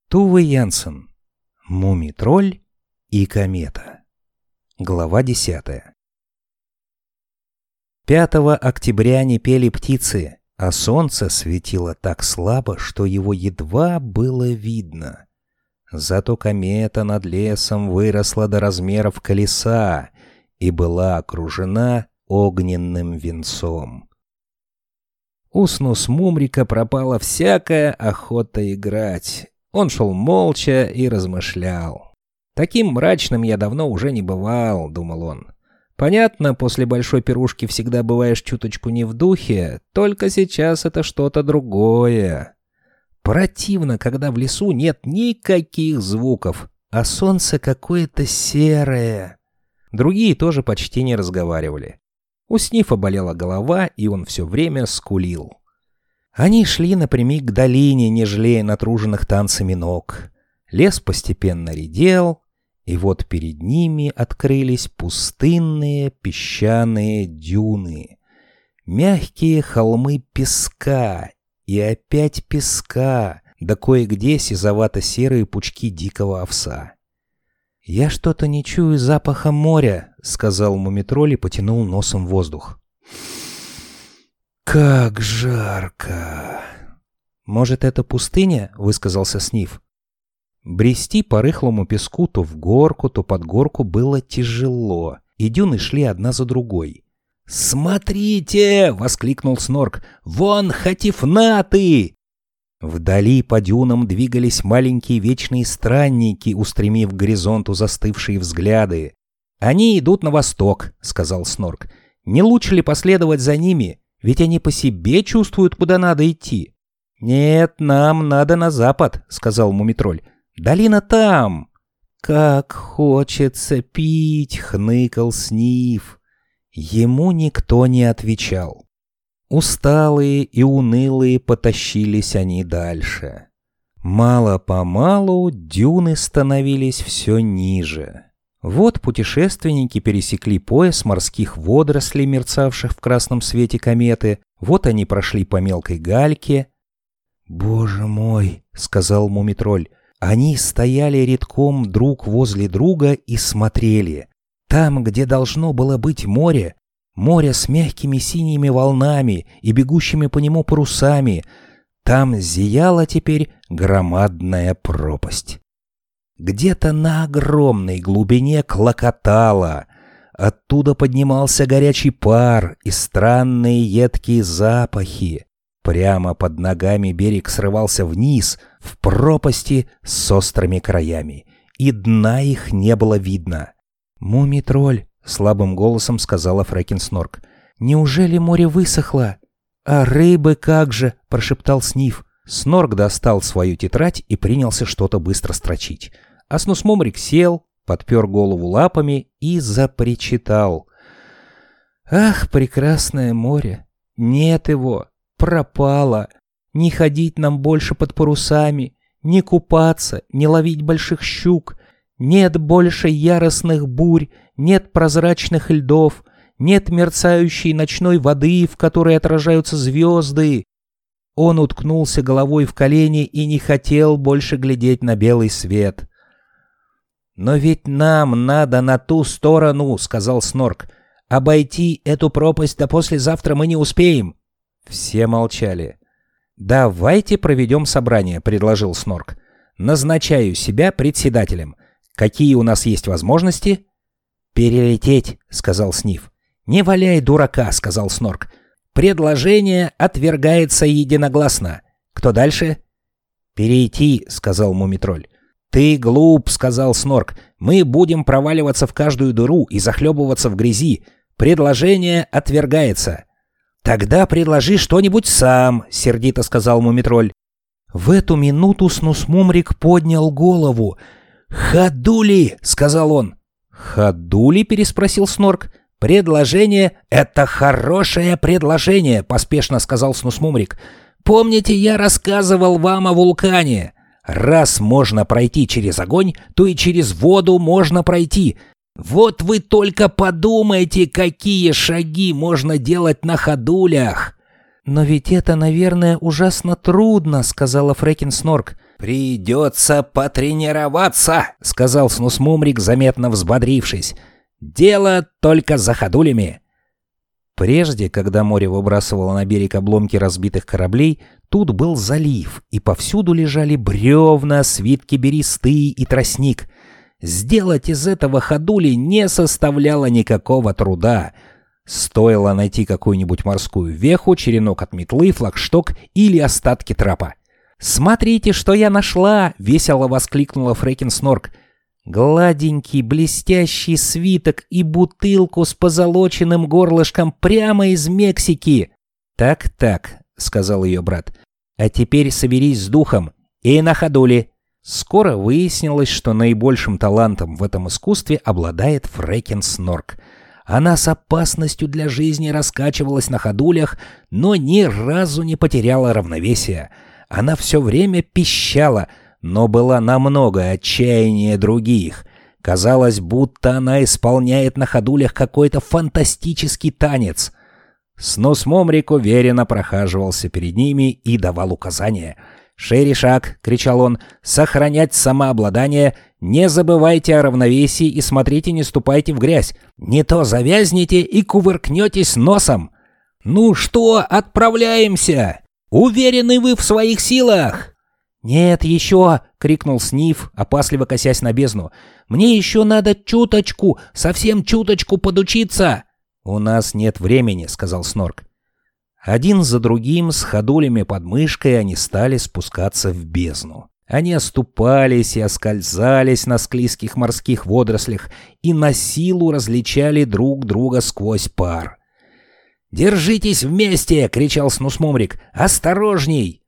Туве Янсен. Мумий-тролль и комета. Глава 10. 5 октября не пели птицы, а солнце светило так слабо, что его едва было видно. Зато комета над лесом выросла до размеров колеса и была окружена огненным венцом. У Снус-Мумрика пропала всякая охота играть. Он шел молча и размышлял. «Таким мрачным я давно уже не бывал», — думал он. «Понятно, после большой пирушки всегда бываешь чуточку не в духе, только сейчас это что-то другое. Противно, когда в лесу нет никаких звуков, а солнце какое-то серое». Другие тоже почти не разговаривали. У Снифа болела голова, и он все время скулил. Они шли напрямик к долине, не жалея натруженных танцами ног. Лес постепенно редел, и вот перед ними открылись пустынные песчаные дюны. Мягкие холмы песка и опять песка, да кое-где сизовато-серые пучки дикого овса. «Я что-то не чую запаха моря», — сказал Мумий-тролль и потянул носом воздух. «Как жарко!» «Может, это пустыня?» — высказался Сниф. Брести по рыхлому песку то в горку, то под горку было тяжело, и дюны шли одна за другой. «Смотрите!» — воскликнул Снорк. «Вон хатифнаты!» Вдали по дюнам двигались маленькие вечные странники, устремив к горизонту застывшие взгляды. «Они идут на восток», — сказал Снорк. «Не лучше ли последовать за ними? Ведь они по себе чувствуют, куда надо идти». «Нет, нам надо на запад», — сказал Мумий-тролль. «Долина там». «Как хочется пить», — хныкал Сниф. Ему никто не отвечал. Усталые и унылые потащились они дальше. Мало-помалу дюны становились все ниже. Вот путешественники пересекли пояс морских водорослей, мерцавших в красном свете кометы. Вот они прошли по мелкой гальке. «Боже мой!» — сказал Мумий-тролль. Они стояли рядком друг возле друга и смотрели. Там, где должно было быть море, море с мягкими синими волнами и бегущими по нему парусами, там зияла теперь громадная пропасть. Где-то на огромной глубине клокотало. Оттуда поднимался горячий пар и странные едкие запахи. Прямо под ногами берег срывался вниз, в пропасти с острыми краями, и дна их не было видно. «Мумий-тролль», — слабым голосом сказала Фрекен Снорк, — «неужели море высохло?» «А рыбы как же?» — прошептал Сниф. Снорк достал свою тетрадь и принялся что-то быстро строчить. А Снус-Мумрик сел, подпер голову лапами и запричитал. «Ах, прекрасное море! Нет его! Пропало! Не ходить нам больше под парусами, не купаться, не ловить больших щук. Нет больше яростных бурь, нет прозрачных льдов, нет мерцающей ночной воды, в которой отражаются звезды». Он уткнулся головой в колени и не хотел больше глядеть на белый свет. «Но ведь нам надо на ту сторону», — сказал Снорк. «Обойти эту пропасть до послезавтра мы не успеем». Все молчали. «Давайте проведем собрание», — предложил Снорк. «Назначаю себя председателем. Какие у нас есть возможности?» «Перелететь», — сказал Сниф. «Не валяй дурака», — сказал Снорк. «Предложение отвергается единогласно. Кто дальше?» «Перейти», — сказал Мумий-тролль. «Ты глуп», — сказал Снорк. «Мы будем проваливаться в каждую дыру и захлебываться в грязи. Предложение отвергается». «Тогда предложи что-нибудь сам», — сердито сказал Мумий-тролль. В эту минуту Снус-Мумрик поднял голову. «Ходули!» — сказал он. «Ходули?» — переспросил Снорк. «Предложение — это хорошее предложение», — поспешно сказал Снус-Мумрик. «Помните, я рассказывал вам о вулкане? Раз можно пройти через огонь, то и через воду можно пройти. Вот вы только подумайте, какие шаги можно делать на ходулях!» «Но ведь это, наверное, ужасно трудно», — сказала Фрекен Снорк. «Придется потренироваться», — сказал Снусмумрик, заметно взбодрившись. «Дело только за ходулями». Прежде, когда море выбрасывало на берег обломки разбитых кораблей, тут был залив, и повсюду лежали бревна, свитки бересты и тростник. Сделать из этого ходули не составляло никакого труда. Стоило найти какую-нибудь морскую веху, черенок от метлы, флагшток или остатки трапа. «Смотрите, что я нашла!» — весело воскликнула Фрекен Снорк. Гладенький, блестящий свиток и бутылку с позолоченным горлышком прямо из Мексики. «Так», — сказал ее брат, — «а теперь соберись с духом и на ходули». Скоро выяснилось, что наибольшим талантом в этом искусстве обладает Фрекен Снорк. Она с опасностью для жизни раскачивалась на ходулях, но ни разу не потеряла равновесия. Она все время пищала, но была намного отчаяннее других. Казалось, будто она исполняет на ходулях какой-то фантастический танец. Снусмумрик уверенно прохаживался перед ними и давал указания. «Шире шаг!» — кричал он. «Сохранять самообладание! Не забывайте о равновесии и смотрите, не ступайте в грязь! Не то завязнете и кувыркнетесь носом! Ну что, отправляемся! Уверены вы в своих силах?» «Нет, еще!» — крикнул Сниф, опасливо косясь на бездну. «Мне еще надо чуточку, совсем чуточку подучиться!» «У нас нет времени», — сказал Снорк. Один за другим с ходулями под мышкой они стали спускаться в бездну. Они оступались и оскользались на склизких морских водорослях и на силу различали друг друга сквозь пар. «Держитесь вместе!» — кричал Снусмумрик. «Осторожней!»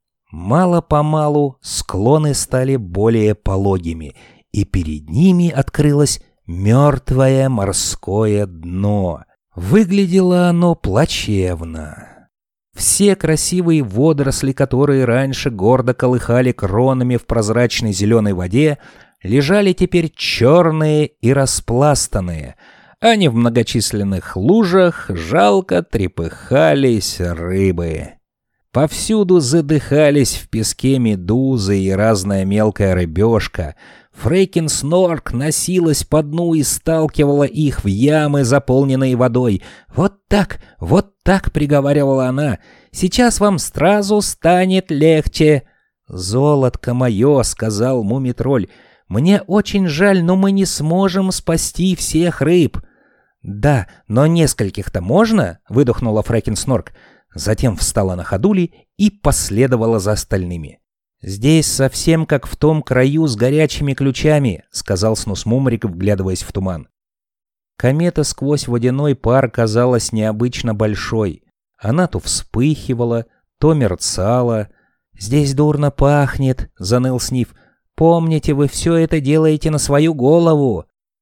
Мало-помалу склоны стали более пологими, и перед ними открылось мертвое морское дно. Выглядело оно плачевно. Все красивые водоросли, которые раньше гордо колыхали кронами в прозрачной зеленой воде, лежали теперь черные и распластанные, а не в многочисленных лужах жалко трепыхались рыбы. Повсюду задыхались в песке медузы и разная мелкая рыбешка. Фрекен Снорк носилась по дну и сталкивала их в ямы, заполненные водой. вот так», — приговаривала она, — «сейчас вам сразу станет легче». «Золотко мое», — сказал Мумитроль, — «мне очень жаль, но мы не сможем спасти всех рыб». «Да, но нескольких-то можно?» — выдохнула Фрекен Снорк. Затем встала на ходули и последовала за остальными. «Здесь совсем как в том краю с горячими ключами», — сказал Снусмумрик, вглядываясь в туман. Комета сквозь водяной пар казалась необычно большой. Она то вспыхивала, то мерцала. «Здесь дурно пахнет», — заныл Сниф. «Помните, вы все это делаете на свою голову».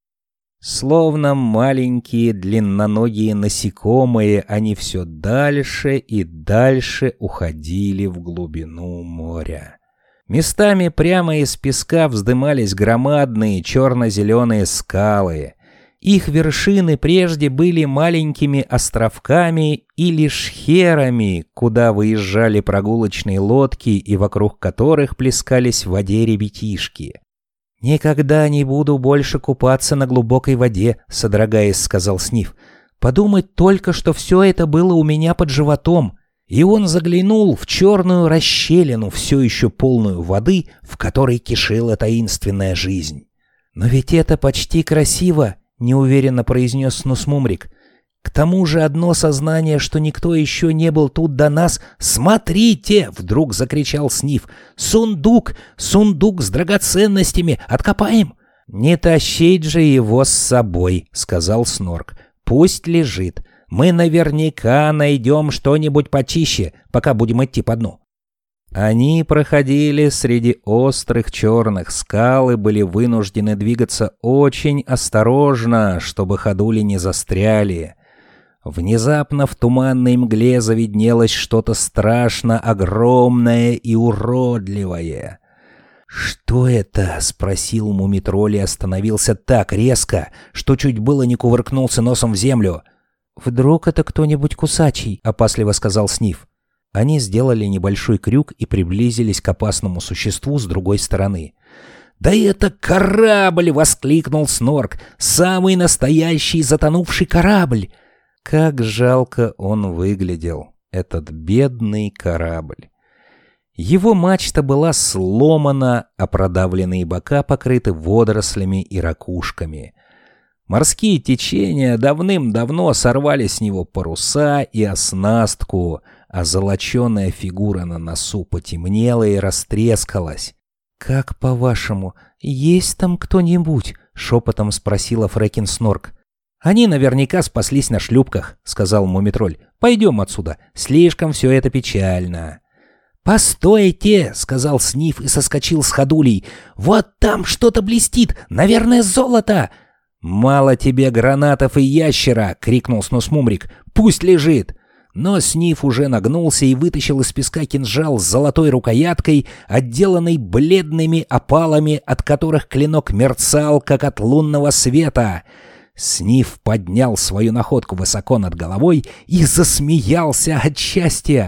Словно маленькие длинноногие насекомые, они все дальше и дальше уходили в глубину моря. Местами прямо из песка вздымались громадные черно-зеленые скалы. Их вершины прежде были маленькими островками или шхерами, куда выезжали прогулочные лодки и вокруг которых плескались в воде ребятишки. «Никогда не буду больше купаться на глубокой воде», — содрогаясь, сказал Сниф. «Подумать только, что все это было у меня под животом». И он заглянул в черную расщелину, все еще полную воды, в которой кишела таинственная жизнь. «Но ведь это почти красиво», — неуверенно произнес Снусмумрик. «К тому же одно сознание, что никто еще не был тут до нас». «Смотрите!» — вдруг закричал Сниф. «Сундук! Сундук с драгоценностями! Откопаем!» «Не тащить же его с собой», — сказал Снорк. «Пусть лежит. Мы наверняка найдем что-нибудь почище, пока будем идти по дну». Они проходили среди острых черных скал и были вынуждены двигаться очень осторожно, чтобы ходули не застряли. Внезапно в туманной мгле завиднелось что-то страшно огромное и уродливое. «Что это?» — спросил Мумитроль и остановился так резко, что чуть было не кувыркнулся носом в землю. «Вдруг это кто-нибудь кусачий?» — опасливо сказал Сниф. Они сделали небольшой крюк и приблизились к опасному существу с другой стороны. «Да это корабль!» — воскликнул Снорк. «Самый настоящий затонувший корабль!» Как жалко он выглядел, этот бедный корабль. Его мачта была сломана, а продавленные бока покрыты водорослями и ракушками. Морские течения давным-давно сорвали с него паруса и оснастку, а золоченая фигура на носу потемнела и растрескалась. «Как по-вашему, есть там кто-нибудь?» — шепотом спросила Фрэкин Снорк. «Они наверняка спаслись на шлюпках», — сказал Мумитроль. «Пойдем отсюда, слишком все это печально». «Постойте!» — сказал Сниф и соскочил с ходулей. «Вот там что-то блестит! Наверное, золото!» «Мало тебе гранатов и ящера!» — крикнул Снусмумрик. «Пусть лежит!» Но Сниф уже нагнулся и вытащил из песка кинжал с золотой рукояткой, отделанной бледными опалами, от которых клинок мерцал, как от лунного света. Сниф поднял свою находку высоко над головой и засмеялся от счастья.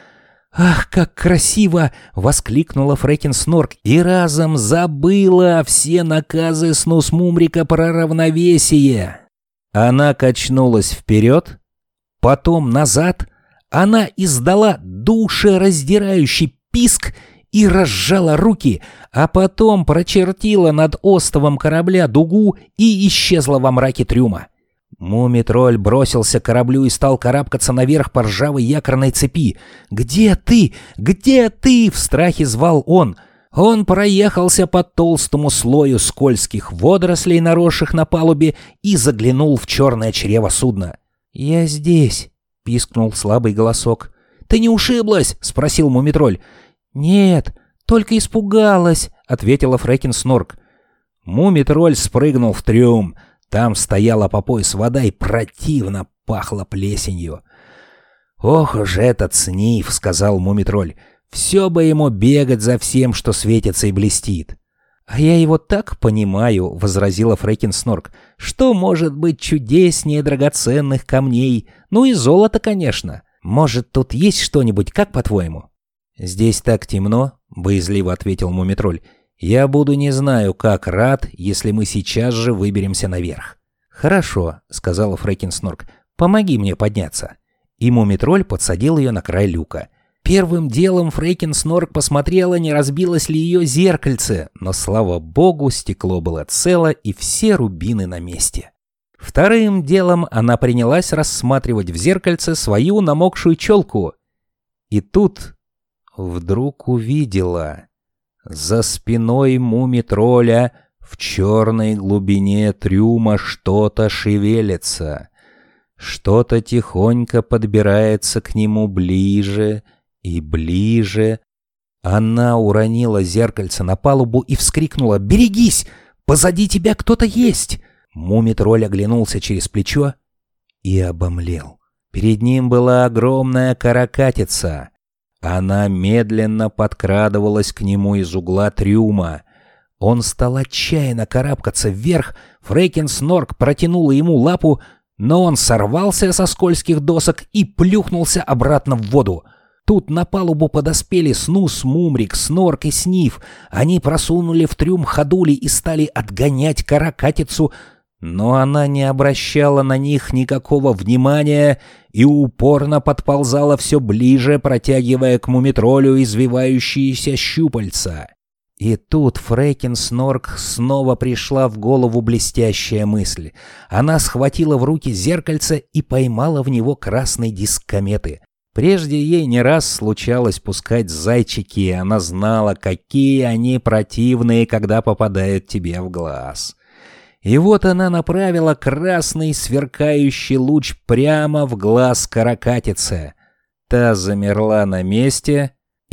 «Ах, как красиво!» — воскликнула Фрэкин Снорк и разом забыла все наказы Снусмумрика про равновесие. Она качнулась вперед, потом назад, она издала душераздирающий писк и разжала руки, а потом прочертила над остовом корабля дугу и исчезла во мраке трюма. Мумитроль бросился к кораблю и стал карабкаться наверх по ржавой якорной цепи. «Где ты? Где ты?» — в страхе звал он. Он проехался по толстому слою скользких водорослей, наросших на палубе, и заглянул в черное чрево судна. «Я здесь», — пискнул слабый голосок. «Ты не ушиблась?» — спросил Мумитроль. «Нет, только испугалась», — ответила Фрэкин Снорк. Мумитроль спрыгнул в трюм. Там стояла по пояс вода и противно пахло плесенью. «Ох уж этот Сниф», — сказал Мумитроль. «Все бы ему бегать за всем, что светится и блестит». «А я его так понимаю», — возразила Фрэкин Снорк. «Что может быть чудеснее драгоценных камней? Ну и золото, конечно. Может, тут есть что-нибудь, как по-твоему?» «Здесь так темно», — боязливо ответил Мумитроль. «Я буду не знаю как рад, если мы сейчас же выберемся наверх». «Хорошо», — сказала Фрэкин Снорк. «Помоги мне подняться». И Мумитроль подсадил ее на край люка. Первым делом Фрэкин Снорк посмотрела, не разбилось ли ее зеркальце, но, слава богу, стекло было цело и все рубины на месте. Вторым делом она принялась рассматривать в зеркальце свою намокшую челку. И тут вдруг увидела... За спиной Мумитроля в черной глубине трюма что-то шевелится. Что-то тихонько подбирается к нему ближе и ближе. Она уронила зеркальце на палубу и вскрикнула: «Берегись! Позади тебя кто-то есть!» Мумитроль оглянулся через плечо и обомлел. Перед ним была огромная каракатица. Она медленно подкрадывалась к нему из угла трюма. Он стал отчаянно карабкаться вверх. Фрэкин Снорк протянула ему лапу, но он сорвался со скользких досок и плюхнулся обратно в воду. Тут на палубу подоспели Снус, Мумрик, Снорк и Сниф. Они просунули в трюм ходули и стали отгонять каракатицу, но она не обращала на них никакого внимания и упорно подползала все ближе, протягивая к Мумитролю извивающиеся щупальца. И тут Фрэкин Снорк снова пришла в голову блестящая мысль. Она схватила в руки зеркальце и поймала в него красный диск кометы. Прежде ей не раз случалось пускать зайчики, и она знала, какие они противные, когда попадают тебе в глаз. И вот она направила красный сверкающий луч прямо в глаз каракатице. Та замерла на месте,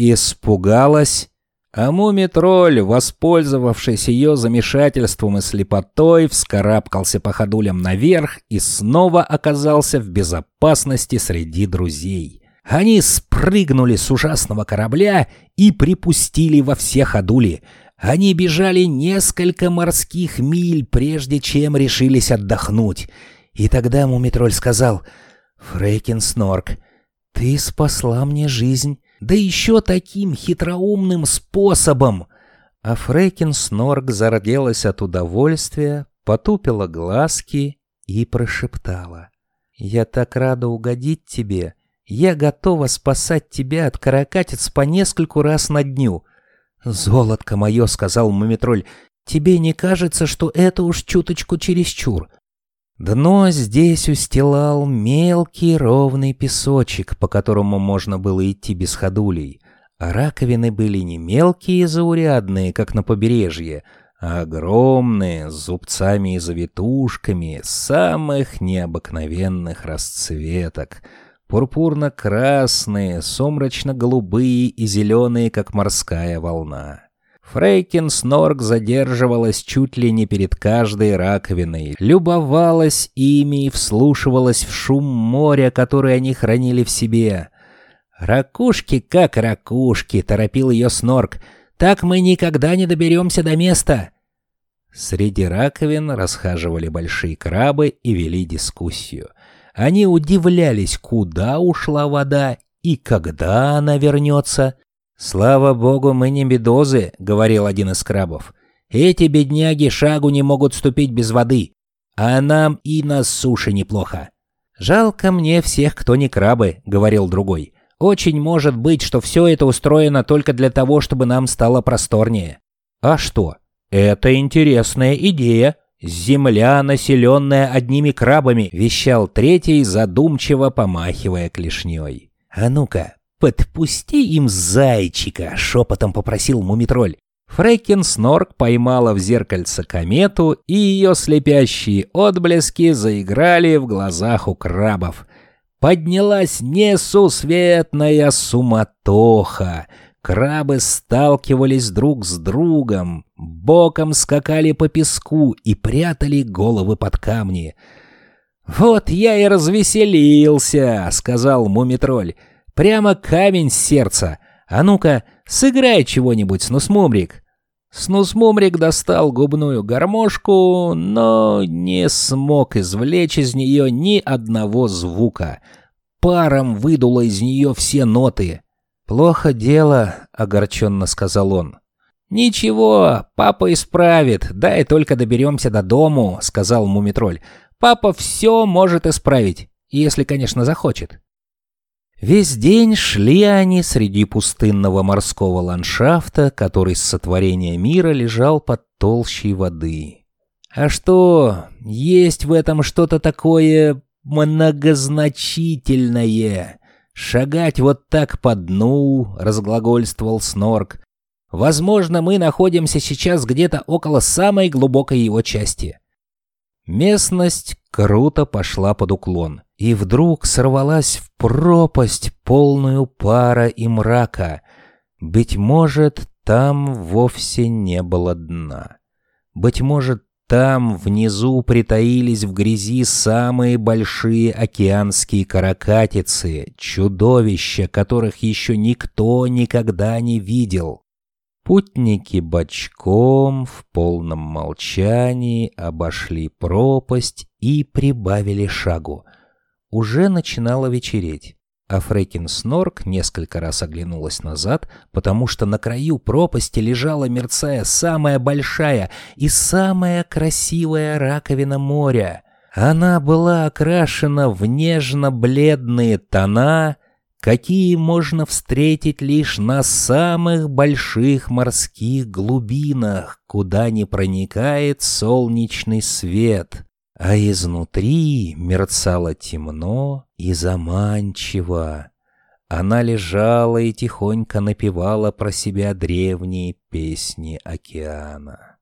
испугалась, а Мумитроль, воспользовавшись ее замешательством и слепотой, вскарабкался по ходулям наверх и снова оказался в безопасности среди друзей. Они спрыгнули с ужасного корабля и припустили во все ходули. Они бежали несколько морских миль, прежде чем решились отдохнуть. И тогда Мумитроль сказал: «Фрэкин Снорк, Ты спасла мне жизнь, да еще таким хитроумным способом!» А Фрейкин Снорк зарделась от удовольствия, потупила глазки и прошептала: «Я так рада угодить тебе. Я готова спасать тебя от каракатиц по нескольку раз на дню». «Золотко мое», — сказал Мумитроль, — «тебе не кажется, что это уж чуточку чересчур?» Дно здесь устилал мелкий ровный песочек, по которому можно было идти без ходулей, а раковины были не мелкие и заурядные, как на побережье, а огромные, с зубцами и завитушками, самых необыкновенных расцветок. Пурпурно-красные, сумрачно-голубые и зеленые, как морская волна. Фрейкин Снорк задерживалась чуть ли не перед каждой раковиной, любовалась ими и вслушивалась в шум моря, который они хранили в себе. «Ракушки как ракушки», — торопил ее Снорк, — «так мы никогда не доберемся до места». Среди раковин расхаживали большие крабы и вели дискуссию. Они удивлялись, куда ушла вода и когда она вернется. «Слава богу, мы не медузы», — говорил один из крабов. «Эти бедняги шагу не могут ступить без воды, а нам и на суше неплохо». «Жалко мне всех, кто не крабы», — говорил другой. «Очень может быть, что все это устроено только для того, чтобы нам стало просторнее». «А что? Это интересная идея. Земля, населенная одними крабами», — вещал третий, задумчиво помахивая клешней. «А ну-ка, подпусти им зайчика», — шепотом попросил Мумитроль. Фрейкин Снорк поймала в зеркальце комету, и ее слепящие отблески заиграли в глазах у крабов. Поднялась несусветная суматоха. Крабы сталкивались друг с другом, боком скакали по песку и прятали головы под камни. «Вот я и развеселился», — сказал Мумитроль. «Прямо камень с сердца. А ну-ка, сыграй чего-нибудь, Снусмумрик». Снусмумрик достал губную гармошку, но не смог извлечь из нее ни одного звука. Паром выдуло из нее все ноты. «Плохо дело», — огорченно сказал он. «Ничего, папа исправит, дай только доберемся до дому», — сказал Мумитроль. «Папа все может исправить, если, конечно, захочет». Весь день шли они среди пустынного морского ландшафта, который с сотворения мира лежал под толщей воды. «А что, есть в этом что-то такое многозначительное? Шагать вот так по дну», — разглагольствовал Снорк. «Возможно, мы находимся сейчас где-то около самой глубокой его части». Местность круто пошла под уклон и вдруг сорвалась в пропасть, полную пара и мрака. Быть может, там вовсе не было дна. Быть может, там внизу притаились в грязи самые большие океанские каракатицы, чудовища, которых еще никто никогда не видел. Путники бочком в полном молчании обошли пропасть и прибавили шагу. Уже начинало вечереть, а Фрейкин Снорк несколько раз оглянулась назад, потому что на краю пропасти лежала, мерцая, самая большая и самая красивая раковина моря. Она была окрашена в нежно-бледные тона, какие можно встретить лишь на самых больших морских глубинах, куда не проникает солнечный свет, а изнутри мерцало темно и заманчиво. Она лежала и тихонько напевала про себя древние песни океана.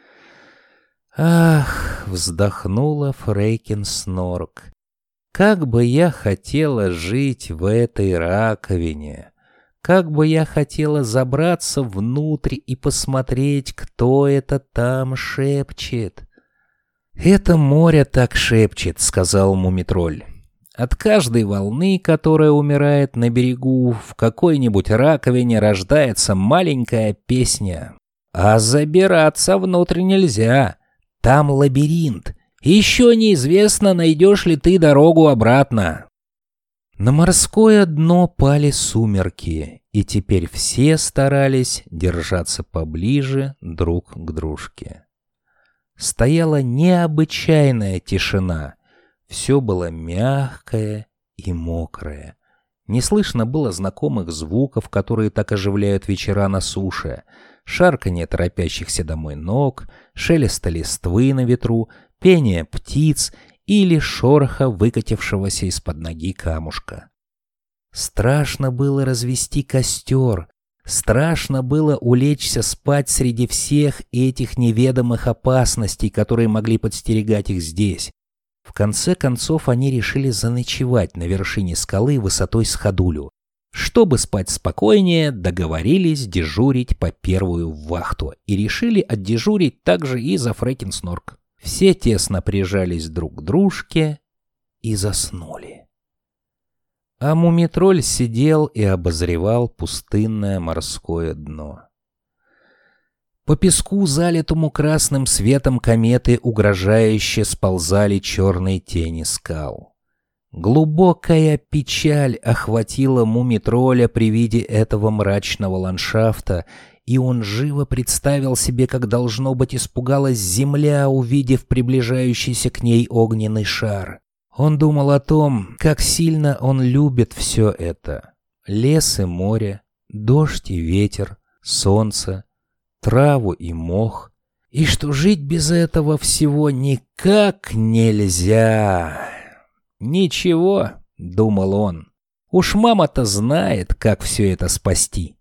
«Ах!» — вздохнула Фрейкин Снорк. «Как бы я хотела жить в этой раковине! Как бы я хотела забраться внутрь и посмотреть, кто это там шепчет!» «Это море так шепчет», — сказал Мумитроль. «От каждой волны, которая умирает на берегу, в какой-нибудь раковине рождается маленькая песня. А забираться внутрь нельзя. Там лабиринт. Еще неизвестно, найдешь ли ты дорогу обратно». На морское дно пали сумерки, и теперь все старались держаться поближе друг к дружке. Стояла необычайная тишина, все было мягкое и мокрое. Не слышно было знакомых звуков, которые так оживляют вечера на суше: шарканье торопящихся домой ног, шелеста листвы на ветру, пение птиц или шороха выкатившегося из-под ноги камушка. Страшно было развести костер, страшно было улечься спать среди всех этих неведомых опасностей, которые могли подстерегать их здесь. В конце концов они решили заночевать на вершине скалы высотой с ходулю. Чтобы спать спокойнее, договорились дежурить по первую вахту и решили отдежурить также и за Фрэкинснорк. Все тесно прижались друг к дружке и заснули. А Мумитроль сидел и обозревал пустынное морское дно. По песку, залитому красным светом кометы, угрожающе сползали черные тени скал. Глубокая печаль охватила Мумитроля при виде этого мрачного ландшафта, и он живо представил себе, как, должно быть, испугалась земля, увидев приближающийся к ней огненный шар. Он думал о том, как сильно он любит все это: лес и море, дождь и ветер, солнце, траву и мох, и что жить без этого всего никак нельзя. «Ничего», — думал он, — «уж мама-то знает, как все это спасти».